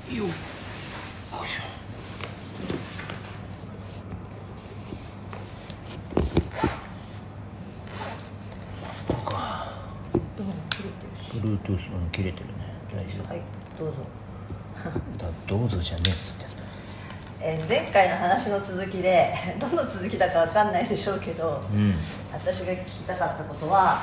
よいしょ。 どうも切れてるし。 Bluetooth 切れてるね。大丈夫。 はい、どうぞ。 どうぞじゃねえっつって前回の話の続きでどの続きだかわかんないでしょうけど、私が聞きたかったことは、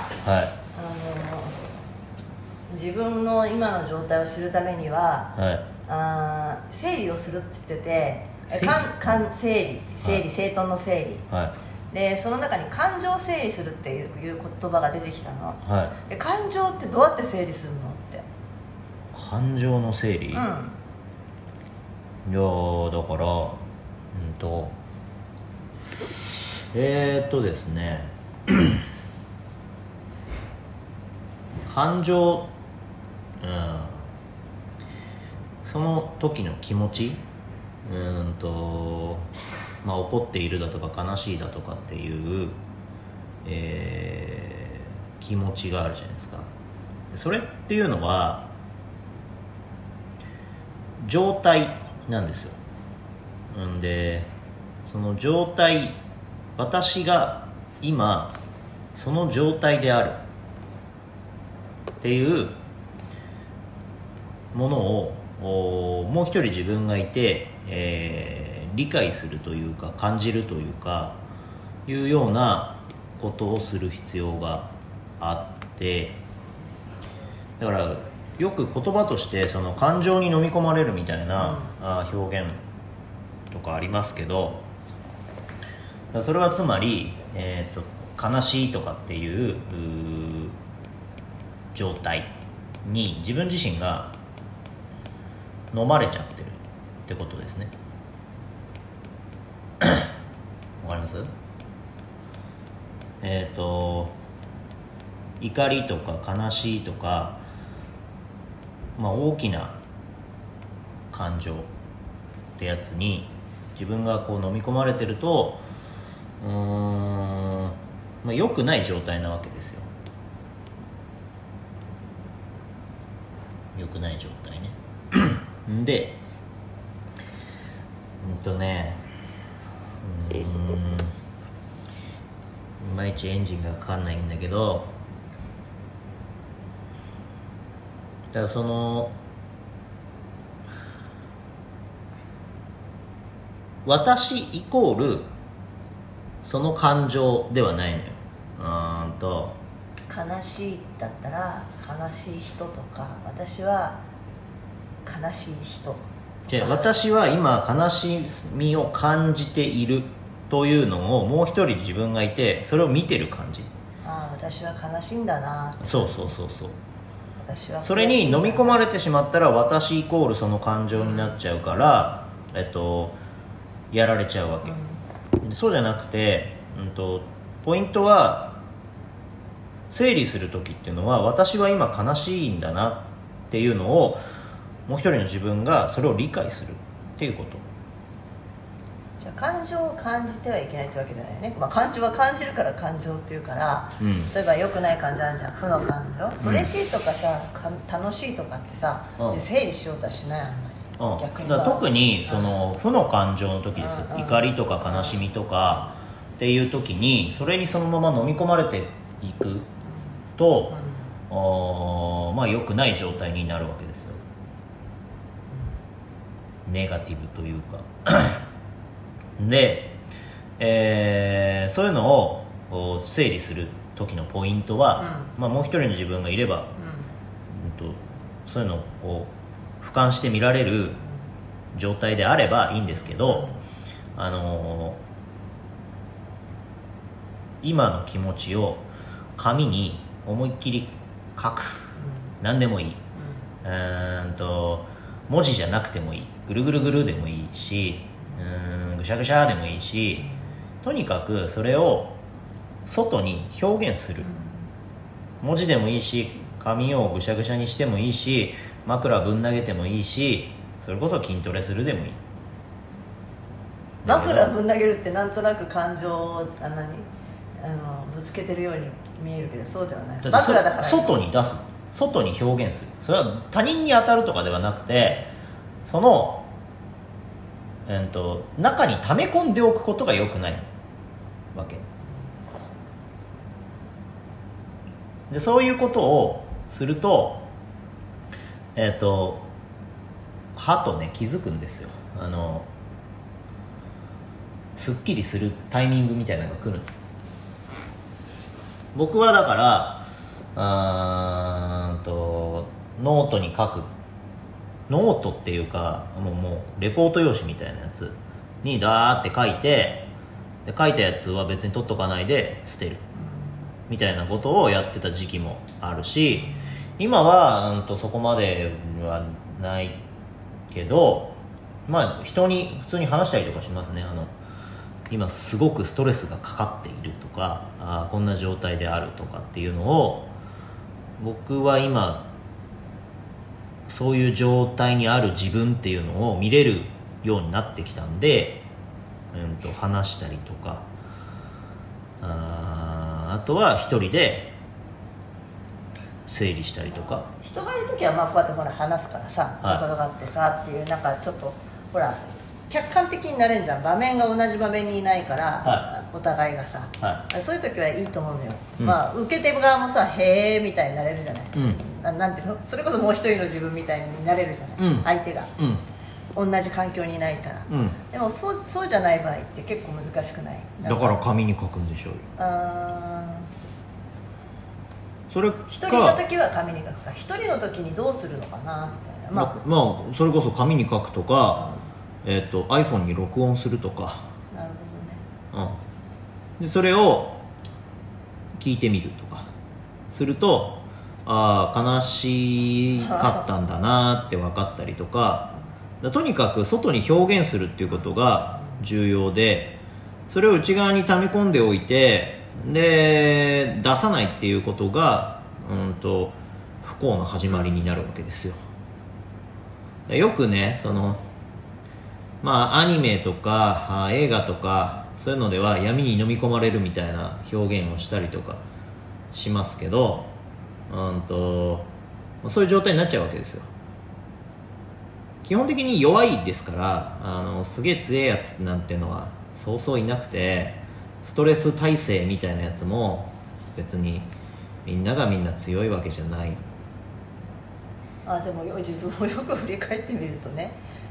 自分の今の状態を知るためには、整理をするって言ってて、整理整頓の整理、でその中に感情を整理するっていう言葉が出てきたの、で感情ってどうやって整理するのって。 感情の整理、いやだからですね感情、その時の気持ち、怒っているだとか悲しいだとかっていう、気持ちがあるじゃないですか。でそれっていうのは状態なんですよ。でその状態、私が今その状態であるっていうものをもう一人自分がいて、理解するというか感じるというかいうようなことをする必要があって、だからよく言葉としてその感情に飲み込まれるみたいな、表現とかありますけど、それはつまり、悲しいとかっていう状態に自分自身が飲まれちゃってるってことですね。わかります？怒りとか悲しいとか、大きな感情ってやつに自分がこう飲み込まれてると良くない状態なわけですよ。良くない状態ね。でいまいちエンジンがかかんないんだけど、だからその私イコールその感情ではないのよ。 悲しいだったら悲しい人とか、私は悲しい人とか、 私は今悲しみを感じているというのをもう一人自分がいて、それを見てる感じ。 私は悲しいんだなって。 そう私はそれに飲み込まれてしまったら私イコールその感情になっちゃうから、やられちゃうわけ、そうじゃなくて、ポイントは整理する時っていうのは、私は今悲しいんだなっていうのをもう一人の自分がそれを理解するっていうこと。 じゃあ感情を感じてはいけないってわけじゃないよね。感情は感じるから感情っていうから、例えば良くない感情あるじゃん、負の感情、嬉しいとかさ、楽しいとかってさ、で整理しようとはしない、あんまり。逆にだから特にその負の感情の時です、怒りとか悲しみとかっていう時にそれにそのまま飲み込まれていくと、良くない状態になるわけですよ。ネガティブというかで、そういうのを整理する時のポイントは、もう一人の自分がいれば、そういうのを俯瞰して見られる状態であればいいんですけど、今の気持ちを紙に思いっきり書く、何でもいい、文字じゃなくてもいい、ぐるぐるぐるでもいいし、ぐしゃぐしゃでもいいし、とにかくそれを外に表現する。文字でもいいし、紙をぐしゃぐしゃにしてもいいし、枕ぶん投げてもいいし、それこそ筋トレするでもいい。 枕ぶん投げるってなんとなく感情をぶつけてるように見えるけど、そうではない。枕だから外に出す、外に表現する。それは他人に当たるとかではなくて、 その、中に溜め込んでおくことが良くないわけで、そういうことをするとはとね気づくんですよ。すっきりするタイミングみたいなのが来る。僕はだからノートに書く、ノートっていうかもうレポート用紙みたいなやつにダーって書いて、で書いたやつは別に取っとかないで捨てるみたいなことをやってた時期もあるし、今はそこまではないけど、まあ人に普通に話したりとかしますね。今すごくストレスがかかっているとか、こんな状態であるとかっていうのを、僕は今そういう状態にある自分っていうのを見れるようになってきたんで、話したりとか、あとは一人で整理したりとか。 人がいる時はまあこうやってほら話すからさ、こういうことがあってさっていう、なんかちょっとほら客観的になれるじゃん。場面が同じ場面にいないから、お互いがさ、そういう時はいいと思うのよ、まあ受け手側もさ、へーみたいになれるじゃない、なんていうの、それこそもう一人の自分みたいになれるじゃない、相手が、同じ環境にいないから、でもそうじゃない場合って結構難しくない？ だから紙に書くんでしょうよ。それか一人の時は紙に書くか、一人の時にどうするのかなみたいな、 まあそれこそ紙に書くとか、iPhone に録音するとか。 なるほどね。 でそれを聞いてみるとかすると、悲しかったんだなって分かったりとか、とにかく外に表現するっていうことが重要で、それを内側に溜め込んでおいて、で出さないっていうことが不幸の始まりになるわけですよ。よくね、アニメとか映画とかそういうのでは闇に飲み込まれるみたいな表現をしたりとかしますけど、そういう状態になっちゃうわけですよ。基本的に弱いですから、すげえ強いやつなんてのはそうそういなくて、ストレス耐性みたいなやつも別にみんながみんな強いわけじゃない。 でも自分をよく振り返ってみるとね、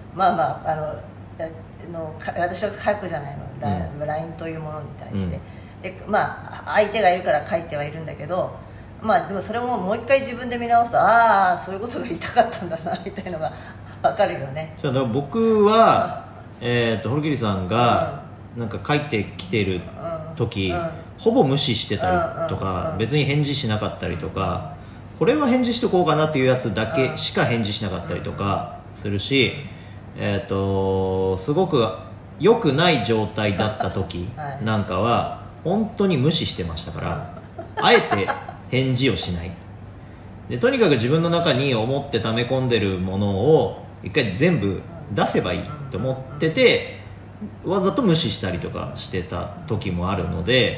私は書くじゃないの、LINE というものに対して、で相手がいるから書いてはいるんだけど、でもそれももう一回自分で見直すと、そういうことが言いたかったんだなみたいのが分かるよね。 だから僕は、堀切さんがなんか書いてきてる時、ほぼ無視してたりとか、別に返事しなかったりとか、これは返事しとこうかなっていうやつだけしか返事しなかったりとかするし、すごく良くない状態だった時なんかは本当に無視してましたから、あえて返事をしないで、とにかく自分の中に思って溜め込んでるものを一回全部出せばいいと思ってて、わざと無視したりとかしてた時もあるので、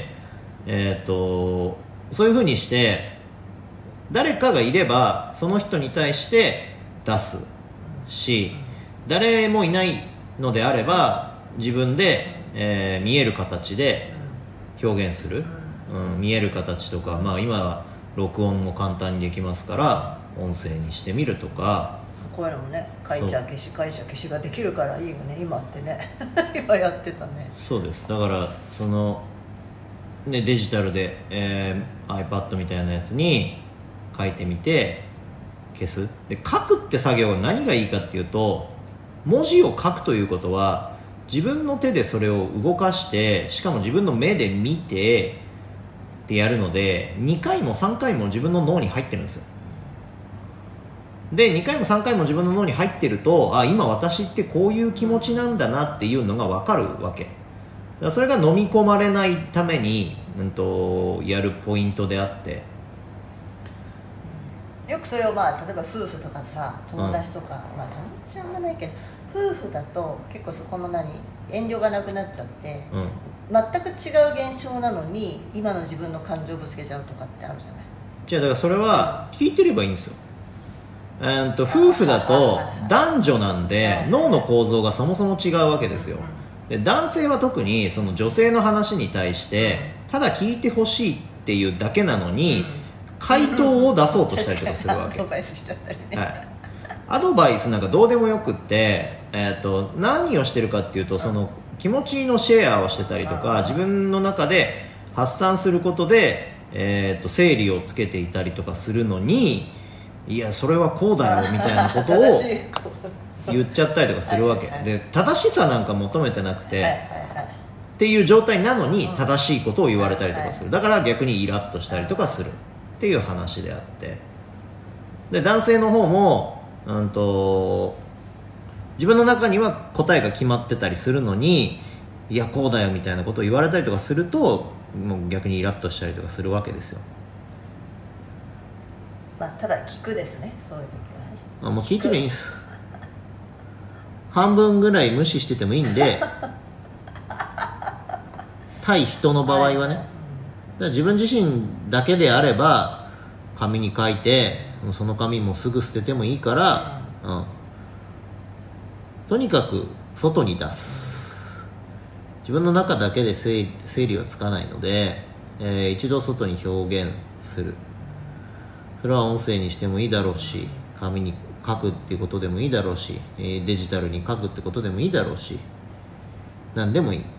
そういう風にして誰かがいればその人に対して出すし、誰もいないのであれば自分で、見える形で表現する、見える形とか、今は録音も簡単にできますから音声にしてみるとか、 こういうのもね、書いちゃ消しができるからいいよね今ってね今やってたね。 そうです。だからデジタルで、iPad みたいなやつに書いてみて消す。で書くって作業は何がいいかっていうと、文字を書くということは自分の手でそれを動かして、しかも自分の目で見てってやるので、2回も3回も自分の脳に入ってるんですよ。で2回も3回も自分の脳に入ってると、今私ってこういう気持ちなんだなっていうのが分かるわけだから、それが飲み込まれないために、やるポイントであって、 よくそれを例えば夫婦とかさ、友達とか、友達はあんまないけど夫婦だと結構そこの遠慮がなくなっちゃって、全く違う現象なのに今の自分の感情をぶつけちゃうとかってあるじゃない。 だからそれは聞いてればいいんですよ。 夫婦だと男女なんで脳の構造がそもそも違うわけですよ。で男性は特にその女性の話に対してただ聞いてほしいっていうだけなのに回答を出そうとしたりとかするわけ。 アドバイスしちゃったりね、 はい、アドバイスなんかどうでもよくって、何をしてるかっていうとその気持ちのシェアをしてたりとか自分の中で発散することで、整理をつけていたりとかするのに、いやそれはこうだよみたいなことを言っちゃったりとかするわけで、正しさなんか求めてなくて、っていう状態なのに正しいことを言われたりとかする。だから逆にイラッとしたりとかするっていう話であって、で男性の方も、自分の中には答えが決まってたりするのに、いやこうだよみたいなことを言われたりとかするともう逆にイラッとしたりとかするわけですよ。 ただ聞くですね、そういう時はね。 もう聞いてるいいんです半分ぐらい無視しててもいいんで対人の場合はね、だから自分自身だけであれば紙に書いてその紙もすぐ捨ててもいいから、とにかく外に出す。自分の中だけで整理はつかないので、一度外に表現する。それは音声にしてもいいだろうし、紙に書くっていうことでもいいだろうし、デジタルに書くってことでもいいだろうし、何でもいい。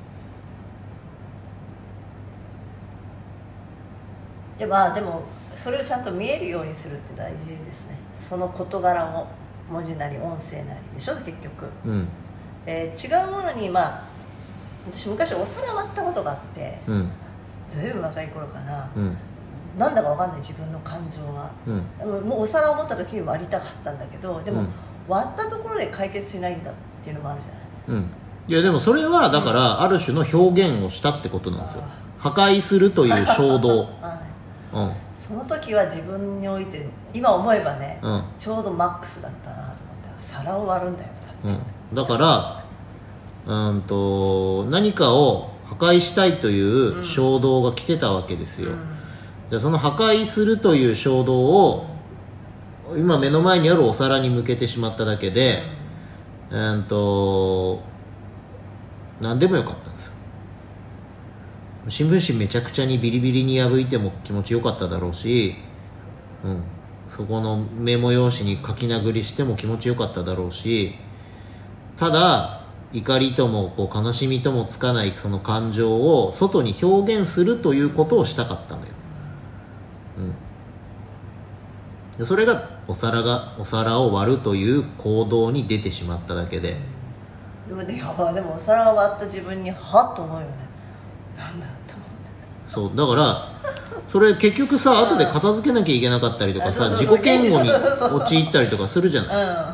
でもそれをちゃんと見えるようにするって大事ですね。その事柄を文字なり音声なりでしょ結局、違うものに私昔お皿割ったことがあって、ずいぶん若い頃かな、なんだか分かんない自分の感情が、もうお皿を持った時に割りたかったんだけど、でも、割ったところで解決しないんだっていうのもあるじゃない。 いやでもそれはだから、ある種の表現をしたってことなんですよ。破壊するという衝動その時は自分において今思えばね、ちょうどマックスだったなと思って、皿を割るんだよだから何かを破壊したいという衝動が来てたわけですよ。じゃあその破壊するという衝動を今目の前にあるお皿に向けてしまっただけで、何でもよかったんですよ。新聞紙めちゃくちゃにビリビリに破いても気持ちよかっただろうし、そこのメモ用紙に書き殴りしても気持ちよかっただろうし、ただ怒りとも悲しみともつかないその感情を外に表現するということをしたかったのよ。でそれがお皿を割るという行動に出てしまっただけで。 でもお皿を割った自分にはっと思うよね。なんだと思う。 そうだからそれ結局さ後で片付けなきゃいけなかったりとかさ、自己嫌悪に陥ったりとかするじゃない。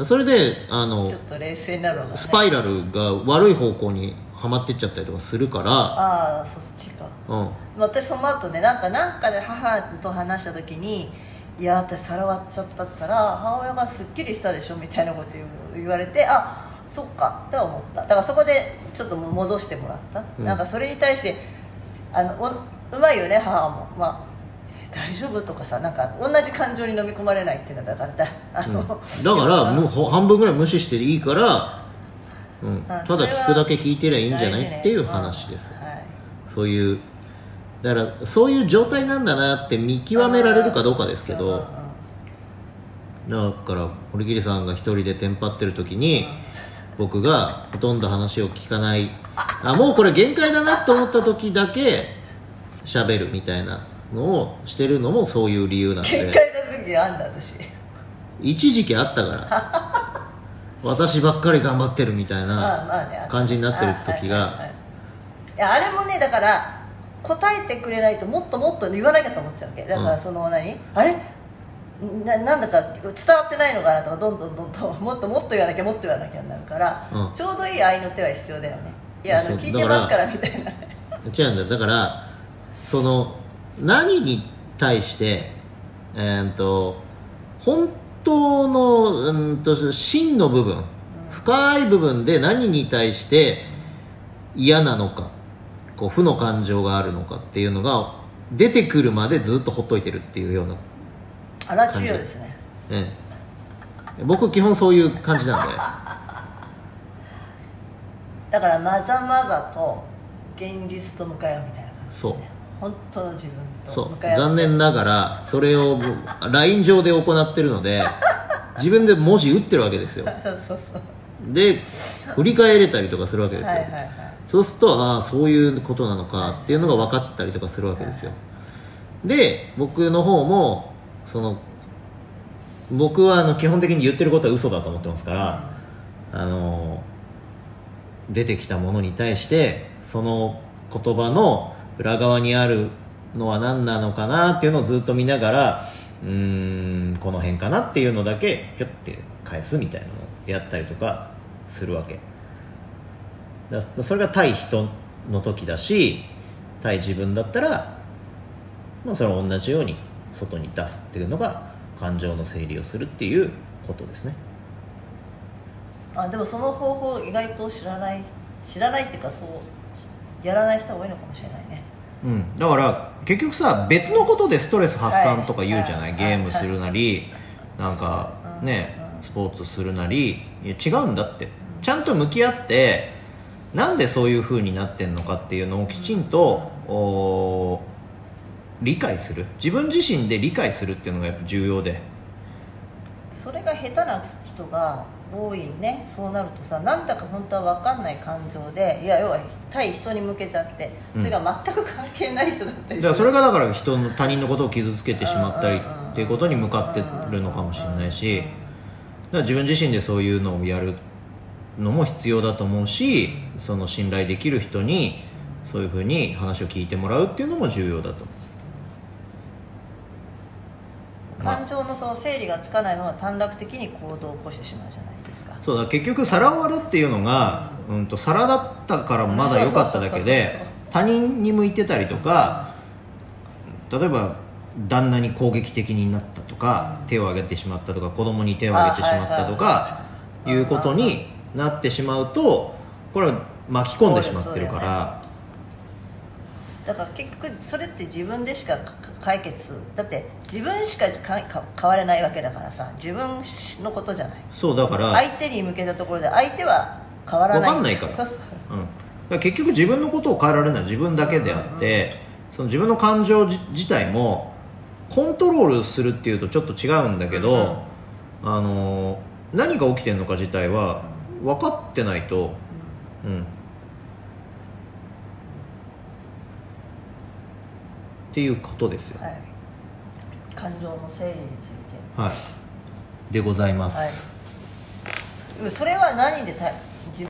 それでちょっと冷静になるわね。 スパイラルが悪い方向にはまってっちゃったりとかするから。 そっちか。私その後ねなんかで母と話した時に、いや私皿割っちゃったったら母親がすっきりしたでしょみたいなこと言われて、そっかって思った。だからそこでちょっと戻してもらった、なんかそれに対してうまいよね母も、大丈夫とかさ、なんか同じ感情に飲み込まれないっていうのだからだからもう半分ぐらい無視していいから、ただ聞くだけ聞いてりゃいいんじゃないっていう話です、そういうだからそういう状態なんだなって見極められるかどうかですけど、だから堀切さんが一人でテンパってる時に、僕がほとんど話を聞かない、もうこれ限界だなと思った時だけ喋るみたいなのをしてるのもそういう理由なんで。 限界の時あんだ私。 一時期あったから私ばっかり頑張ってるみたいな感じになってる時が、 あれもねだから答えてくれないともっともっと言わなきゃと思っちゃうわけだから、あれなんだか伝わってないのかなとか、どんどんもっともっと言わなきゃもっと言わなきゃになるから、ちょうどいい合いの手は必要だよね。いや聞いてますからみたいな違うんだよ。だからその何に対して本当の真の部分、深い部分で何に対して嫌なのか、負の感情があるのかっていうのが出てくるまでずっとほっといてるっていうような荒治療ですね。 僕基本そういう感じなんでだからまざまざと現実と向かい合うみたいな感じ、ね、 そう本当の自分そうと向かい合う。 残念ながらそれを LINE 上で行ってるので自分で文字打ってるわけですよそうそうで振り返れたりとかするわけですよ、 はいはいはい、 そうするとああそういうことなのかっていうのが分かったりとかするわけですよ。で僕の方も僕は基本的に言ってることは嘘だと思ってますから、出てきたものに対してその言葉の裏側にあるのは何なのかなっていうのをずっと見ながらこの辺かなっていうのだけピュッて返すみたいなのをやったりとかするわけだ。それが対人の時だし対自分だったら、それを同じように外に出すっていうのが感情の整理をするっていうことですね。 でもその方法意外と知らないっていうか、そうやらない人が多いのかもしれないね。 だから結局さ別のことでストレス発散とか言うじゃない、ゲームするなりなんかね、スポーツするなり違うんだって、ちゃんと向き合ってなんでそういう風になってんのかっていうのをきちんと理解する、自分自身で理解するっていうのがやっぱ重要で、それが下手な人が多いね。そうなるとさ、なんだか本当は分かんない感情で、要は対人に向けちゃってそれが全く関係ない人だったりする、 それがだから他人のことを傷つけてしまったりっていうことに向かってるのかもしれないし、だから自分自身でそういうのをやるのも必要だと思うし、その信頼できる人にそういうふうに話を聞いてもらうっていうのも重要だと思う。 感情のその整理がつかないまま短絡的に行動を起こしてしまうじゃないですか。 そうだ、結局皿を割るっていうのが、皿だったからまだ良かっただけで他人に向いてたりとか、例えば旦那に攻撃的になったとか、手を挙げてしまったとか、子供に手を挙げてしまったとかいうことになってしまうと、これは巻き込んでしまってるから、 だから結局それって自分でしか解決、だって自分しか変われないわけだからさ、自分のことじゃない。 そうだから相手に向けたところで相手は変わらない、 分かんないから。 そうそう、 だから結局自分のことを変えられるのは自分だけであって、その自分の感情自体もコントロールするっていうとちょっと違うんだけど、何が起きてるのか自体は分かってないと、っていうことですよ、 感情の整理について、 でございます、 それは何で